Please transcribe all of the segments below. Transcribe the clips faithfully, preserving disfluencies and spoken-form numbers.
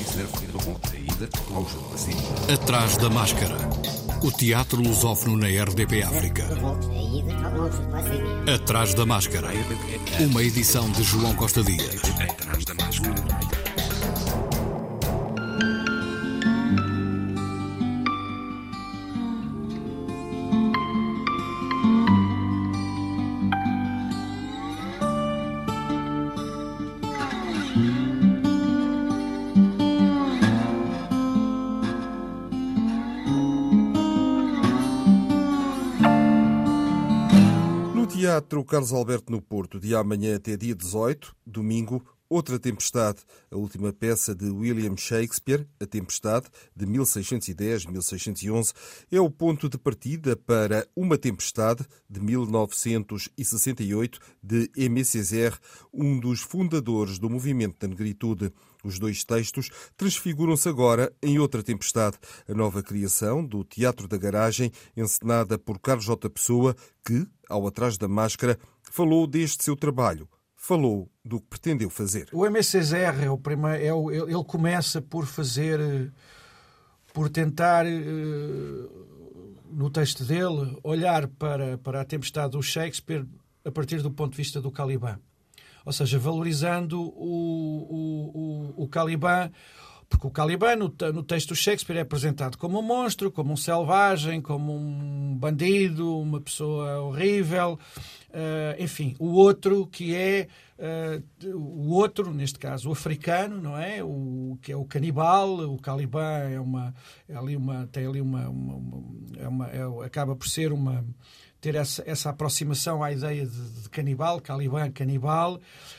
Atrás da Máscara. O teatro lusófono na R D P África. Atrás da Máscara. Uma edição de João Costa Dias. Atrás da Máscara. Teatro Carlos Alberto no Porto, de amanhã até dia dezoito, domingo, Outra Tempestade, a última peça de William Shakespeare, A Tempestade, de mil seiscentos e dez a mil seiscentos e onze, é o ponto de partida para Uma Tempestade, de mil novecentos e sessenta e oito, de Aimé Césaire, um dos fundadores do movimento da negritude. Os dois textos transfiguram-se agora em Outra Tempestade, a nova criação do Teatro da Garagem, encenada por Carlos J. Pessoa, que, ao Atrás da Máscara, falou deste seu trabalho. Falou do que pretendeu fazer. O Aimé Césaire é o primeiro, é o, ele começa por fazer, por tentar, no texto dele, olhar para, para a Tempestade do Shakespeare a partir do ponto de vista do Caliban. Ou seja, valorizando o, o, o, o Caliban, porque o Caliban, no, no texto do Shakespeare, é apresentado como um monstro, como um selvagem, como um bandido, uma pessoa horrível. Uh, enfim, o outro que é uh, o outro, neste caso o africano, não é? O que é o canibal. O Caliban é uma, é ali uma, tem ali uma, uma, uma, é uma é, acaba por ser uma ter essa, essa aproximação à ideia de, de canibal, Caliban, canibal.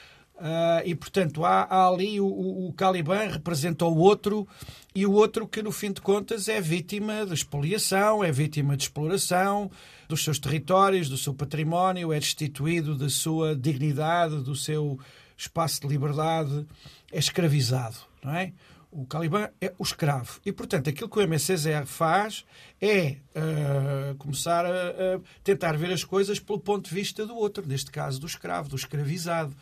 Uh, e, portanto, há, há ali o, o, o Caliban representa o outro, e o outro que, no fim de contas, é vítima de expoliação, é vítima de exploração dos seus territórios, do seu património, é destituído da sua dignidade, do seu espaço de liberdade, é escravizado, não é? O Caliban é o escravo. E, portanto, aquilo que o Aimé Césaire faz é uh, começar a, a tentar ver as coisas pelo ponto de vista do outro, neste caso do escravo, do escravizado.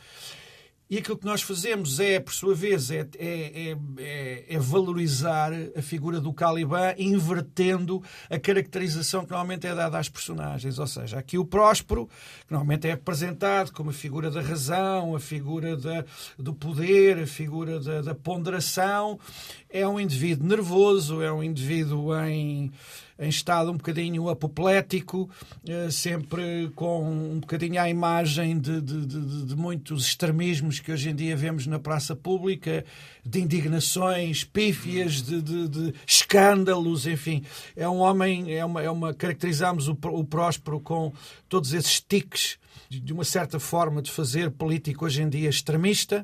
E aquilo que nós fazemos é, por sua vez, é, é, é, é valorizar a figura do Caliban, invertendo a caracterização que normalmente é dada às personagens. Ou seja, aqui o Próspero, que normalmente é apresentado como a figura da razão, a figura da, do poder, a figura da, da ponderação, é um indivíduo nervoso, é um indivíduo em... em estado um bocadinho apoplético, sempre com um bocadinho à imagem de, de, de, de muitos extremismos que hoje em dia vemos na praça pública, de indignações pífias, de, de, de escândalos, enfim. É um homem, é uma, é uma, caracterizamos o, o Próspero com todos esses tiques de uma certa forma de fazer político hoje em dia extremista.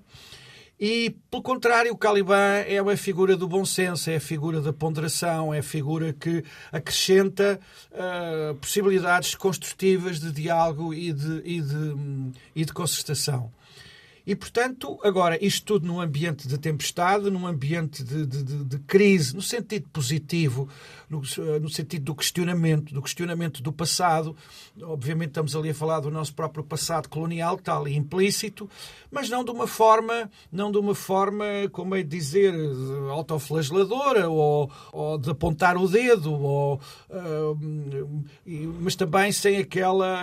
E, pelo contrário, o Caliban é a figura do bom senso, é a figura da ponderação, é a figura que acrescenta uh, possibilidades construtivas de diálogo e de, e de, e de concertação. E, portanto, agora, isto tudo num ambiente de tempestade, num ambiente de, de, de, de crise, no sentido positivo, no, no sentido do questionamento, do questionamento do passado. Obviamente estamos ali a falar do nosso próprio passado colonial, que está ali implícito, mas não de uma forma, não de uma forma, como é de dizer, autoflageladora, ou, ou de apontar o dedo, ou, uh, mas também sem aquela...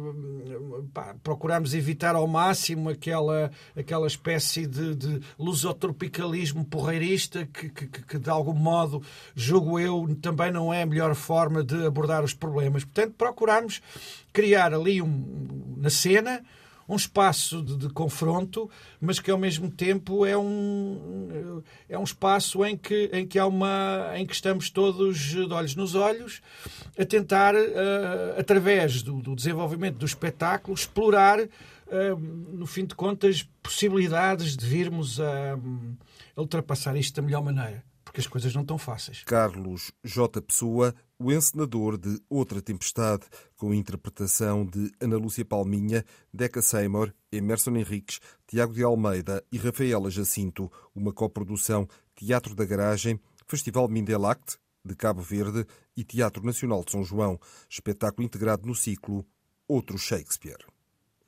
Uh, pá, procuramos evitar ao máximo aquela aquela espécie de, de lusotropicalismo porreirista que, que, que, de algum modo, julgo eu, também não é a melhor forma de abordar os problemas. Portanto, procurarmos criar ali um, na cena um espaço de, de confronto, mas que ao mesmo tempo é um, é um espaço em que, em que há uma, em que estamos todos de olhos nos olhos a tentar, uh, através do, do desenvolvimento do espetáculo, explorar, uh, no fim de contas, possibilidades de virmos a, a ultrapassar isto da melhor maneira. Porque as coisas não estão fáceis. Carlos J. Pessoa, o encenador de Outra Tempestade, com a interpretação de Ana Lúcia Palminha, Deca Seymour, Emerson Henriques, Tiago de Almeida e Rafaela Jacinto, uma coprodução Teatro da Garagem, Festival Mindelact, de Cabo Verde e Teatro Nacional de São João, espetáculo integrado no ciclo Outro Shakespeare.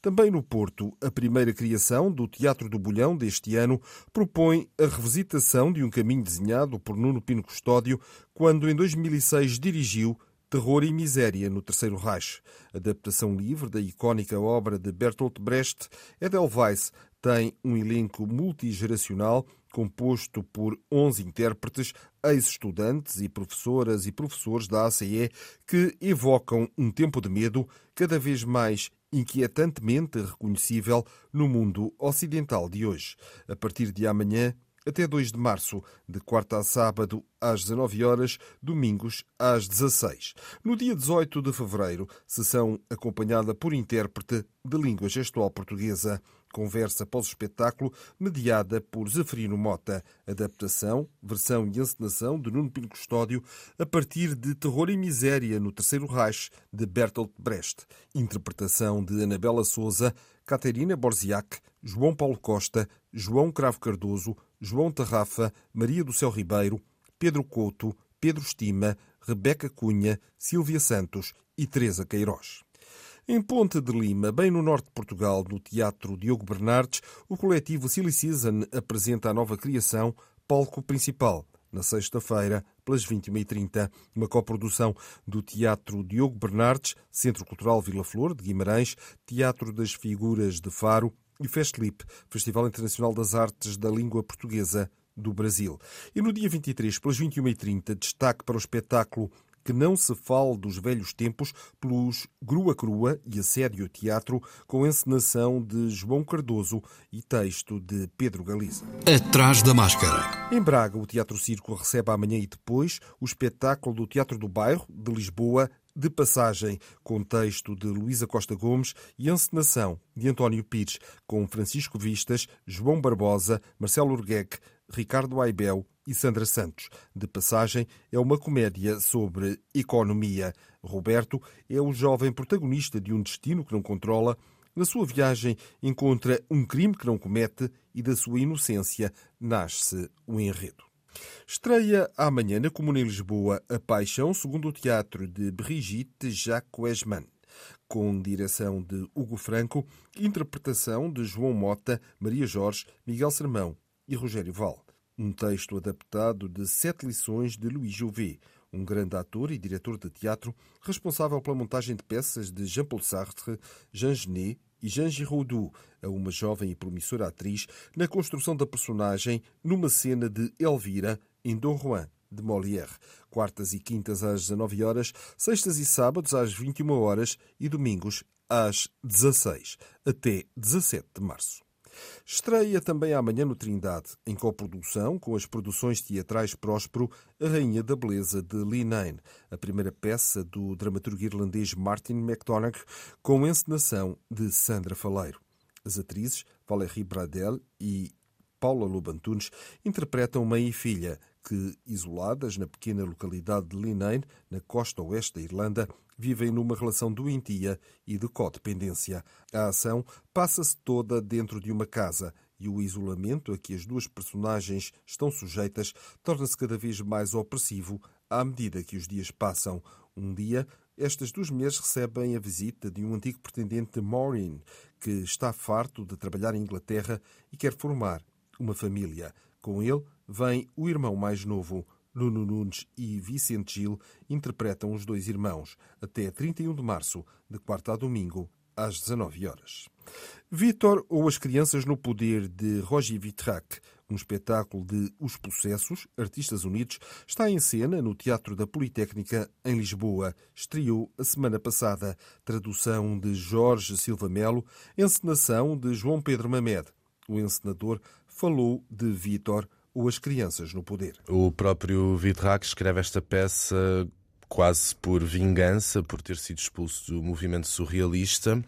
Também no Porto, a primeira criação do Teatro do Bolhão deste ano propõe a revisitação de um caminho desenhado por Nuno Pino Custódio quando, em dois mil e seis, dirigiu Terror e Miséria no Terceiro Reich. Adaptação livre da icónica obra de Bertolt Brecht, Edelweiss tem um elenco multigeracional composto por onze intérpretes, ex-estudantes e professoras e professores da A C E que evocam um tempo de medo cada vez mais inquietantemente reconhecível no mundo ocidental de hoje. A partir de amanhã, até dois de março, de quarta a sábado, às dezanove horas, domingos, às dezasseis. No dia dezoito de fevereiro, sessão acompanhada por intérprete de língua gestual portuguesa. Conversa pós-espetáculo mediada por Zeferino Mota. Adaptação, versão e encenação de Nuno Pino Custódio a partir de Terror e Miséria no Terceiro Reich, de Bertolt Brecht. Interpretação de Anabela Souza, Caterina Borziac, João Paulo Costa, João Cravo Cardoso, João Tarrafa, Maria do Céu Ribeiro, Pedro Couto, Pedro Estima, Rebeca Cunha, Sílvia Santos e Teresa Queiroz. Em Ponte de Lima, bem no norte de Portugal, no Teatro Diogo Bernardes, o coletivo Silly Season apresenta a nova criação Palco Principal, na sexta-feira, pelas vinte e uma e trinta, uma coprodução do Teatro Diogo Bernardes, Centro Cultural Vila Flor de Guimarães, Teatro das Figuras de Faro e Festlip, Festival Internacional das Artes da Língua Portuguesa do Brasil. E no dia vinte e três, pelas vinte e uma e trinta, destaque para o espetáculo Que Não Se Fale dos Velhos Tempos, pelos Grua Crua e Assédio Teatro, com encenação de João Cardoso e texto de Pedro Galiza. Atrás da Máscara. Em Braga, o Teatro Circo recebe amanhã e depois o espetáculo do Teatro do Bairro, de Lisboa, De Passagem, com texto de Luísa Costa Gomes e encenação de António Pires, com Francisco Vistas, João Barbosa, Marcelo Urgueque, Ricardo Aibel e Sandra Santos. De Passagem é uma comédia sobre economia. Roberto é o jovem protagonista de um destino que não controla. Na sua viagem encontra um crime que não comete e da sua inocência nasce o enredo. Estreia amanhã na Comuna em Lisboa A Paixão segundo o teatro de Brigitte Jacques-Weisman, com direção de Hugo Franco, interpretação de João Mota, Maria Jorge, Miguel Sermão e Rogério Val. Um texto adaptado de Sete Lições de Louis Jouvet, um grande ator e diretor de teatro responsável pela montagem de peças de Jean-Paul Sartre, Jean Genet e Jean Giraudoux, a uma jovem e promissora atriz na construção da personagem numa cena de Elvira em Dom Juan, de Molière. Quartas e quintas às dezanove horas, sextas e sábados às vinte e uma horas e domingos às dezasseis, até dezassete de março. Estreia também amanhã no Trindade, em coprodução com as produções teatrais Próspero, A Rainha da Beleza, de Leenane, a primeira peça do dramaturgo irlandês Martin McDonagh, com encenação de Sandra Faleiro. As atrizes Valérie Bradel e Paula Lobantunes interpretam mãe e filha que, isoladas na pequena localidade de Leenane, na costa oeste da Irlanda, vivem numa relação doentia e de codependência. A ação passa-se toda dentro de uma casa e o isolamento a que as duas personagens estão sujeitas torna-se cada vez mais opressivo à medida que os dias passam. Um dia, estas duas mulheres recebem a visita de um antigo pretendente de Maureen, que está farto de trabalhar em Inglaterra e quer formar uma família. Com ele vem o irmão mais novo. Nuno Nunes e Vicente Gil interpretam os dois irmãos até trinta e um de março, de quarta a domingo, às dezanove horas. Vítor ou as Crianças no Poder, de Roger Vitrac, um espetáculo de Os Processos, Artistas Unidos, está em cena no Teatro da Politécnica, em Lisboa. Estreou a semana passada. Tradução de Jorge Silva Melo, encenação de João Pedro Mamed. O encenador falou de Vítor ou as Crianças no Poder. O próprio Vitrac escreve esta peça quase por vingança, por ter sido expulso do movimento surrealista.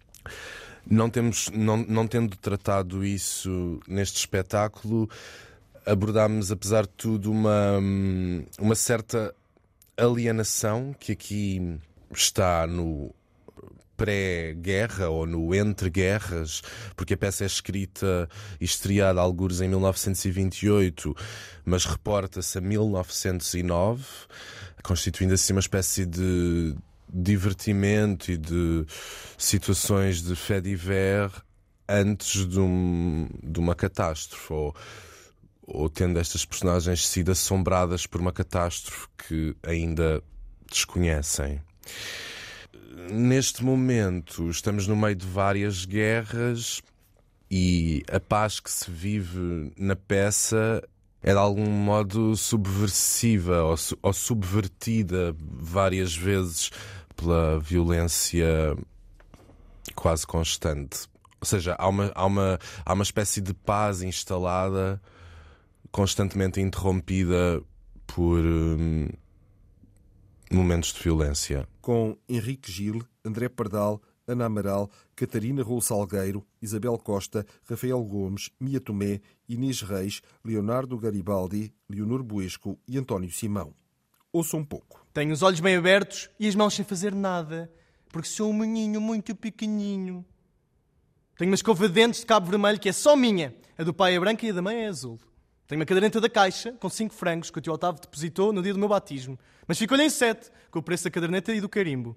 Não, temos, não, não tendo tratado isso neste espetáculo, abordámos, apesar de tudo, uma, uma certa alienação que aqui está no pré-guerra ou no entre-guerras, porque a peça é escrita e estreada algures em mil novecentos e vinte e oito, mas reporta-se a mil novecentos e nove, constituindo assim uma espécie de divertimento e de situações de fait divers antes de, um, de uma catástrofe, ou, ou tendo estas personagens sido assombradas por uma catástrofe que ainda desconhecem. Neste momento estamos no meio de várias guerras e a paz que se vive na peça é de algum modo subversiva ou, su- ou subvertida várias vezes pela violência quase constante. Ou seja, há uma, há uma, há uma espécie de paz instalada, constantemente interrompida por hum, momentos de violência. Com Henrique Gil, André Pardal, Ana Amaral, Catarina Rolo Salgueiro, Isabel Costa, Rafael Gomes, Mia Tomé, Inês Reis, Leonardo Garibaldi, Leonor Buesco e António Simão. Ouça um pouco. Tenho os olhos bem abertos e as mãos sem fazer nada, porque sou um menino muito pequenino. Tenho uma escova de dentes de cabo vermelho que é só minha. A do pai é branca e a da mãe é azul. Tenho uma caderneta da Caixa com cinco frangos que o tio Otávio depositou no dia do meu batismo. Mas ficou-lhe em sete, com o preço da caderneta e do carimbo.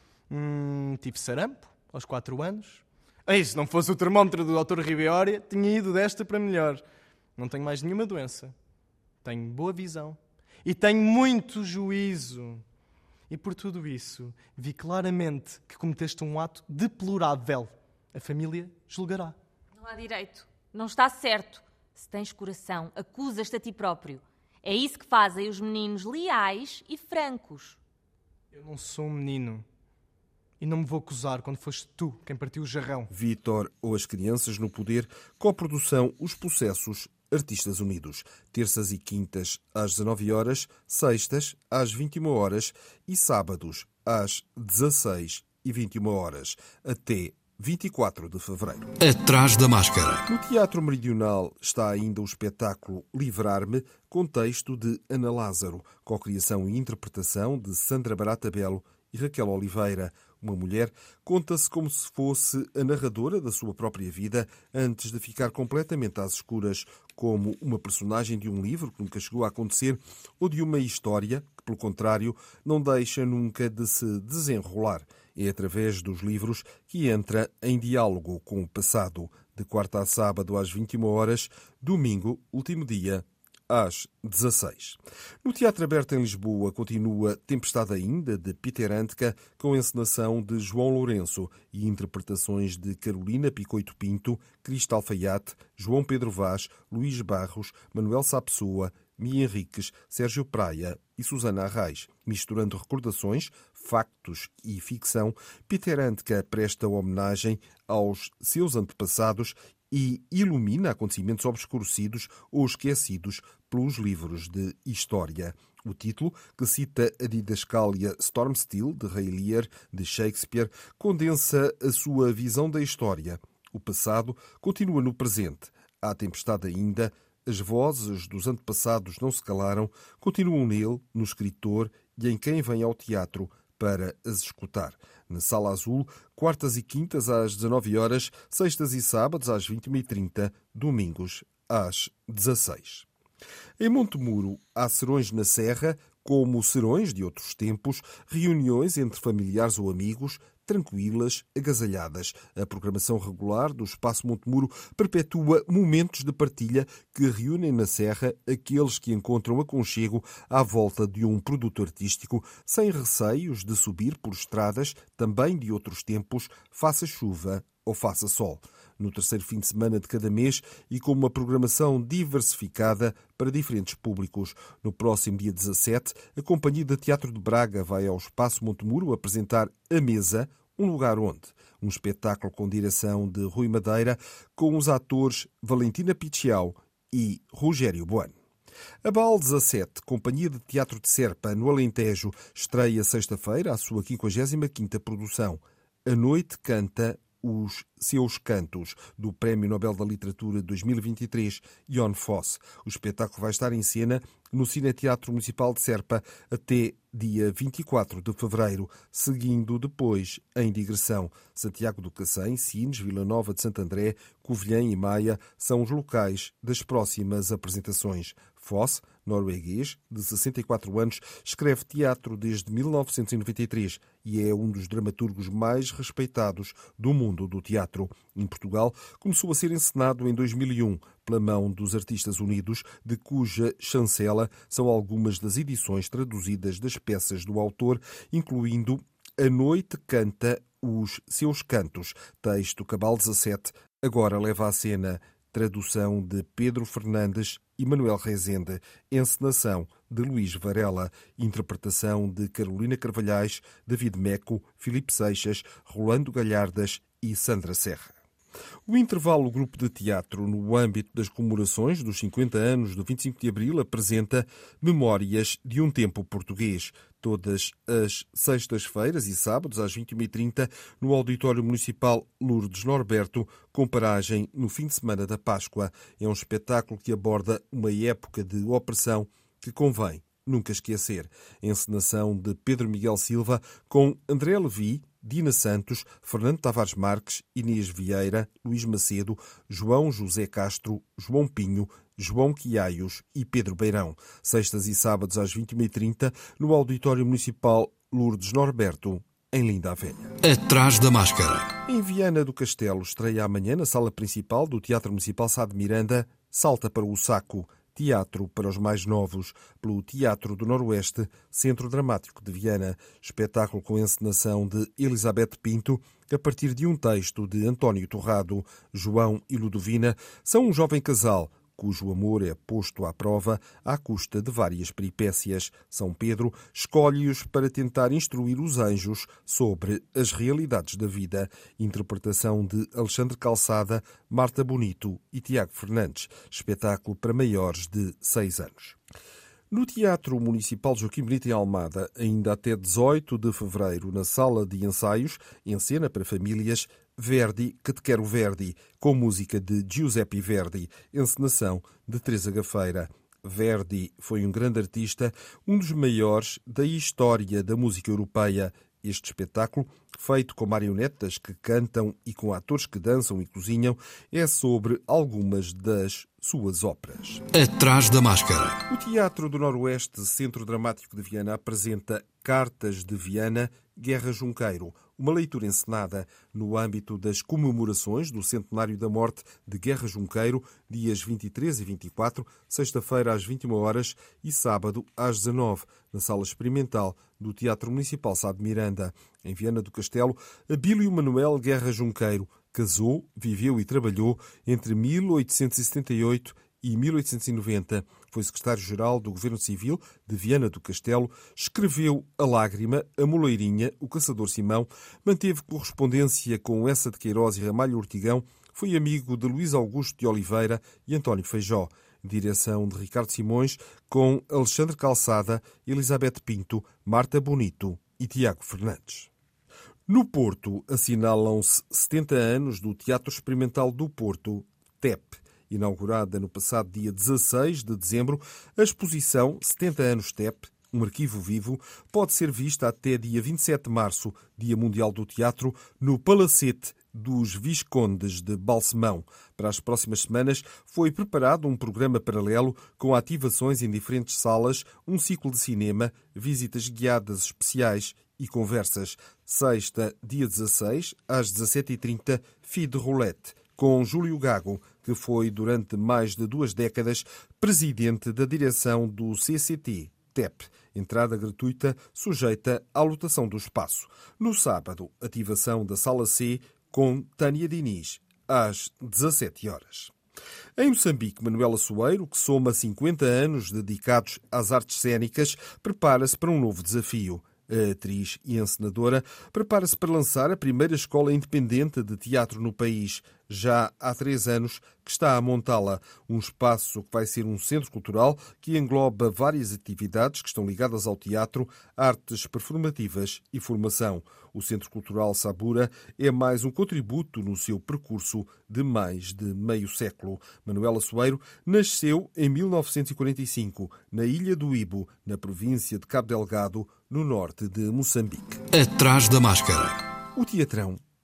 Hum, tive sarampo, aos quatro anos. Ei, se não fosse o termómetro do doutor Ribeória, tinha ido desta para melhor. Não tenho mais nenhuma doença. Tenho boa visão. E tenho muito juízo. E por tudo isso, vi claramente que cometeste um ato deplorável. A família julgará. Não há direito. Não está certo. Se tens coração, acusas-te a ti próprio. É isso que fazem os meninos leais e francos. Eu não sou um menino. E não me vou acusar quando foste tu quem partiu o jarrão. Vítor ou as crianças no poder, coprodução Os Processos, Artistas Unidos. Terças e quintas às dezanove horas, sextas às vinte e uma horas e sábados às dezasseis e vinte e uma horas. Até vinte e quatro de fevereiro. Atrás da máscara. No Teatro Meridional está ainda o espetáculo Livrar-me, com texto de Ana Lázaro, com criação e interpretação de Sandra Barata Belo e Raquel Oliveira. Uma mulher conta-se como se fosse a narradora da sua própria vida antes de ficar completamente às escuras, como uma personagem de um livro que nunca chegou a acontecer ou de uma história que, pelo contrário, não deixa nunca de se desenrolar. É através dos livros que entra em diálogo com o passado, de quarta a sábado às vinte e uma horas, domingo, último dia, às dezasseis. No Teatro Aberto em Lisboa continua Tempestade Ainda, de Peter Handke, com encenação de João Lourenço e interpretações de Carolina Picoito Pinto, Cristo Alfaiate, João Pedro Vaz, Luís Barros, Manuel Sapessoa, Mia Henriques, Sérgio Praia e Susana Arraes. Misturando recordações, factos e ficção, Peter Handke presta homenagem aos seus antepassados e ilumina acontecimentos obscurecidos ou esquecidos pelos livros de história. O título, que cita a didascália Storm Still, de Ray Lear, de Shakespeare, condensa a sua visão da história. O passado continua no presente. Há tempestade ainda. As vozes dos antepassados não se calaram, continuam nele, no escritor e em quem vem ao teatro para as escutar. Na Sala Azul, quartas e quintas às dezanove horas, sextas e sábados às vinte e uma e trinta, domingos às dezasseis. Em Montemuro, há serões na Serra, como serões de outros tempos, reuniões entre familiares ou amigos, tranquilas, agasalhadas. A programação regular do Espaço Montemuro perpetua momentos de partilha que reúnem na Serra aqueles que encontram aconchego à volta de um produto artístico, sem receios de subir por estradas, também de outros tempos, faça chuva ou faça sol. No terceiro fim de semana de cada mês e com uma programação diversificada para diferentes públicos. No próximo dia dezassete, a Companhia de Teatro de Braga vai ao Espaço Montemuro apresentar A Mesa, um lugar onde? Um espetáculo com direção de Rui Madeira, com os atores Valentina Pichiao e Rogério Bueno. A Baal dezassete, Companhia de Teatro de Serpa, no Alentejo, estreia sexta-feira a sua quinquagésima quinta produção. A noite canta os seus cantos, do Prémio Nobel da Literatura dois mil e vinte e três, Jon Fosse. O espetáculo vai estar em cena no Cineteatro Municipal de Serpa até dia vinte e quatro de fevereiro, seguindo depois em digressão Santiago do Cacém, Sines, Vila Nova de Santo André, Covilhã e Maia são os locais das próximas apresentações. Fosse, norueguês, de sessenta e quatro anos, escreve teatro desde mil novecentos e noventa e três e é um dos dramaturgos mais respeitados do mundo do teatro. Em Portugal, começou a ser encenado em dois mil e um pela mão dos Artistas Unidos, de cuja chancela são algumas das edições traduzidas das peças do autor, incluindo A Noite Canta os Seus Cantos, texto Cabal dezassete, agora leva à cena, tradução de Pedro Fernandes e Manuel Rezende, encenação de Luís Varela, interpretação de Carolina Carvalhais, David Meco, Filipe Seixas, Rolando Galhardas e Sandra Serra. O Intervalo Grupo de Teatro, no âmbito das comemorações dos cinquenta anos do vinte e cinco de Abril, apresenta Memórias de um Tempo Português, todas as sextas-feiras e sábados, às vinte e uma e trinta, no Auditório Municipal Lourdes Norberto, com paragem no fim de semana da Páscoa. É um espetáculo que aborda uma época de opressão que convém nunca esquecer. Encenação de Pedro Miguel Silva, com André Levi, Dina Santos, Fernando Tavares Marques, Inês Vieira, Luís Macedo, João José Castro, João Pinho, João Quiaios e Pedro Beirão. Sextas e sábados às vinte e uma e trinta, no Auditório Municipal Lourdes Norberto, em Linda a Velha. Atrás da Máscara. Em Viana do Castelo, estreia amanhã na sala principal do Teatro Municipal Sá de Miranda, Salta para o Saco. Teatro para os mais novos, pelo Teatro do Noroeste, Centro Dramático de Viana. Espetáculo com encenação de Elizabeth Pinto, a partir de um texto de António Torrado. João e Ludovina são um jovem casal cujo amor é posto à prova à custa de várias peripécias. São Pedro escolhe-os para tentar instruir os anjos sobre as realidades da vida. Interpretação de Alexandre Calçada, Marta Bonito e Tiago Fernandes. Espetáculo para maiores de seis anos. No Teatro Municipal Joaquim Benito em Almada, ainda até dezoito de fevereiro, na sala de ensaios, em cena para famílias, Verdi, Que Te Quero Verdi, com música de Giuseppe Verdi, encenação de Teresa Gafeira. Verdi foi um grande artista, um dos maiores da história da música europeia. Este espetáculo, feito com marionetas que cantam e com atores que dançam e cozinham, é sobre algumas das suas óperas. Atrás da Máscara. O Teatro do Noroeste, Centro Dramático de Viana, apresenta Cartas de Viana, Guerra Junqueiro, uma leitura encenada no âmbito das comemorações do centenário da morte de Guerra Junqueiro, dias vinte e três e vinte e quatro, sexta-feira às vinte e uma horas e sábado às dezanove, na Sala Experimental do Teatro Municipal Sá de Miranda. Em Viana do Castelo, Abílio Manuel Guerra Junqueiro casou, viveu e trabalhou entre mil oitocentos e setenta e oito e mil oitocentos e noventa. Foi secretário-geral do Governo Civil de Viana do Castelo, escreveu A Lágrima, A Moleirinha, O Caçador Simão, manteve correspondência com Essa de Queiroz e Ramalho Ortigão, foi amigo de Luís Augusto de Oliveira e António Feijó. Direção de Ricardo Simões, com Alexandre Calçada, Elizabeth Pinto, Marta Bonito e Tiago Fernandes. No Porto, assinalam-se setenta anos do Teatro Experimental do Porto, T E P. Inaugurada no passado dia dezasseis de dezembro, a exposição setenta anos T E P, um arquivo vivo, pode ser vista até dia vinte e sete de março, Dia Mundial do Teatro, no Palacete dos Viscondes de Balsemão. Para as próximas semanas foi preparado um programa paralelo com ativações em diferentes salas, um ciclo de cinema, visitas guiadas especiais e conversas. Sexta, dia dezasseis, às dezassete e trinta, Fide Roulette, com Júlio Gago, que foi durante mais de duas décadas presidente da direção do C C T, T E P. Entrada gratuita, sujeita à lotação do espaço. No sábado, ativação da Sala C com Tânia Diniz, às dezassete horas. Em Moçambique, Manuela Soeiro, que soma cinquenta anos dedicados às artes cênicas, prepara-se para um novo desafio. A atriz e encenadora prepara-se para lançar a primeira escola independente de teatro no país. Já há três anos que está a montá-la. Um espaço que vai ser um centro cultural que engloba várias atividades que estão ligadas ao teatro, artes performativas e formação. O Centro Cultural Sabura é mais um contributo no seu percurso de mais de meio século. Manuela Soeiro nasceu em mil novecentos e quarenta e cinco, na Ilha do Ibo, na província de Cabo Delgado, no norte de Moçambique. Atrás da Máscara. O teatrão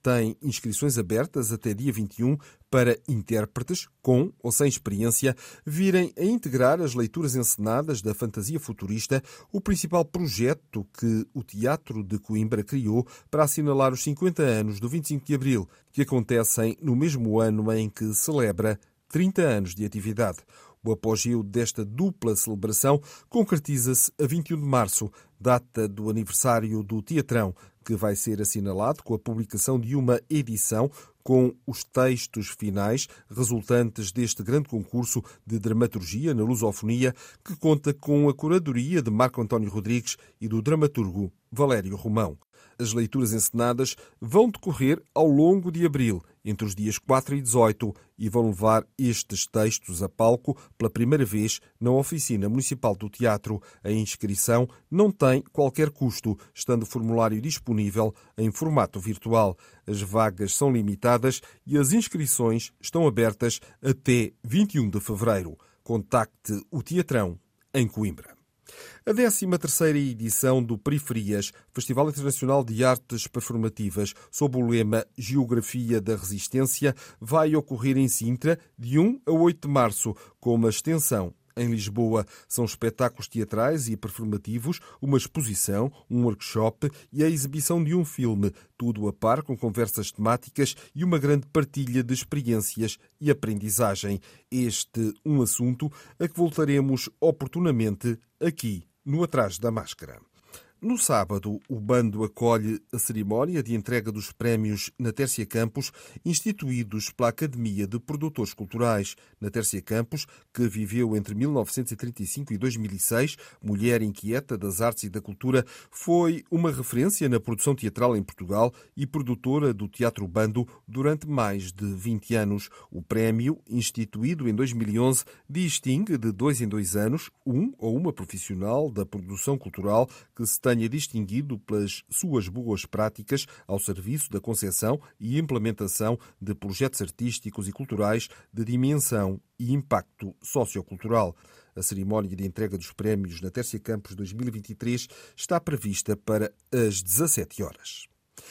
tem inscrições abertas até dia vinte e um para intérpretes, com ou sem experiência, virem a integrar as leituras encenadas da fantasia futurista, o principal projeto que o Teatro de Coimbra criou para assinalar os cinquenta anos do vinte e cinco de Abril, que acontecem no mesmo ano em que celebra trinta anos de atividade. O apogeu desta dupla celebração concretiza-se a vinte e um de março, data do aniversário do Teatrão, que vai ser assinalado com a publicação de uma edição com os textos finais resultantes deste grande concurso de dramaturgia na lusofonia, que conta com a curadoria de Marco António Rodrigues e do dramaturgo Valério Romão. As leituras encenadas vão decorrer ao longo de abril, entre os dias quatro e dezoito, e vão levar estes textos a palco pela primeira vez na Oficina Municipal do Teatro. A inscrição não tem qualquer custo, estando o formulário disponível em formato virtual. As vagas são limitadas e as inscrições estão abertas até vinte e um de fevereiro. Contacte o Teatrão em Coimbra. A décima terceira edição do Periferias, Festival Internacional de Artes Performativas, sob o lema Geografia da Resistência, vai ocorrer em Sintra de um a oito de março, com uma extensão em Lisboa. São espetáculos teatrais e performativos, uma exposição, um workshop e a exibição de um filme, tudo a par com conversas temáticas e uma grande partilha de experiências e aprendizagem. Este um assunto a que voltaremos oportunamente aqui no Atrás da Máscara. No sábado, o bando acolhe a cerimónia de entrega dos prémios Natércia Campos, instituídos pela Academia de Produtores Culturais. Natércia Campos, que viveu entre mil novecentos e trinta e cinco e dois mil e seis, mulher inquieta das artes e da cultura, foi uma referência na produção teatral em Portugal e produtora do Teatro Bando durante mais de vinte anos. O prémio, instituído em dois mil e onze, distingue de dois em dois anos um ou uma profissional da produção cultural que se tenha distinguido pelas suas boas práticas ao serviço da concepção e implementação de projetos artísticos e culturais de dimensão e impacto sociocultural. A cerimónia de entrega dos prémios Natércia Campos dois mil e vinte e três está prevista para as dezassete horas.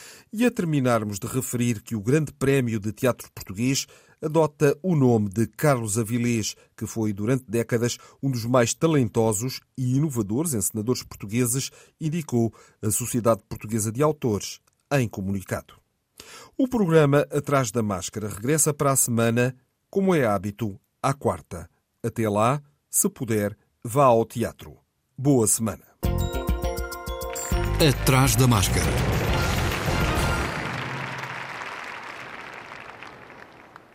E a terminarmos de referir que o Grande Prémio de Teatro Português adota o nome de Carlos Avilés, que foi durante décadas um dos mais talentosos e inovadores encenadores portugueses, indicou a Sociedade Portuguesa de Autores em comunicado. O programa Atrás da Máscara regressa para a semana, como é hábito, à quarta. Até lá, se puder, vá ao teatro. Boa semana. Atrás da Máscara.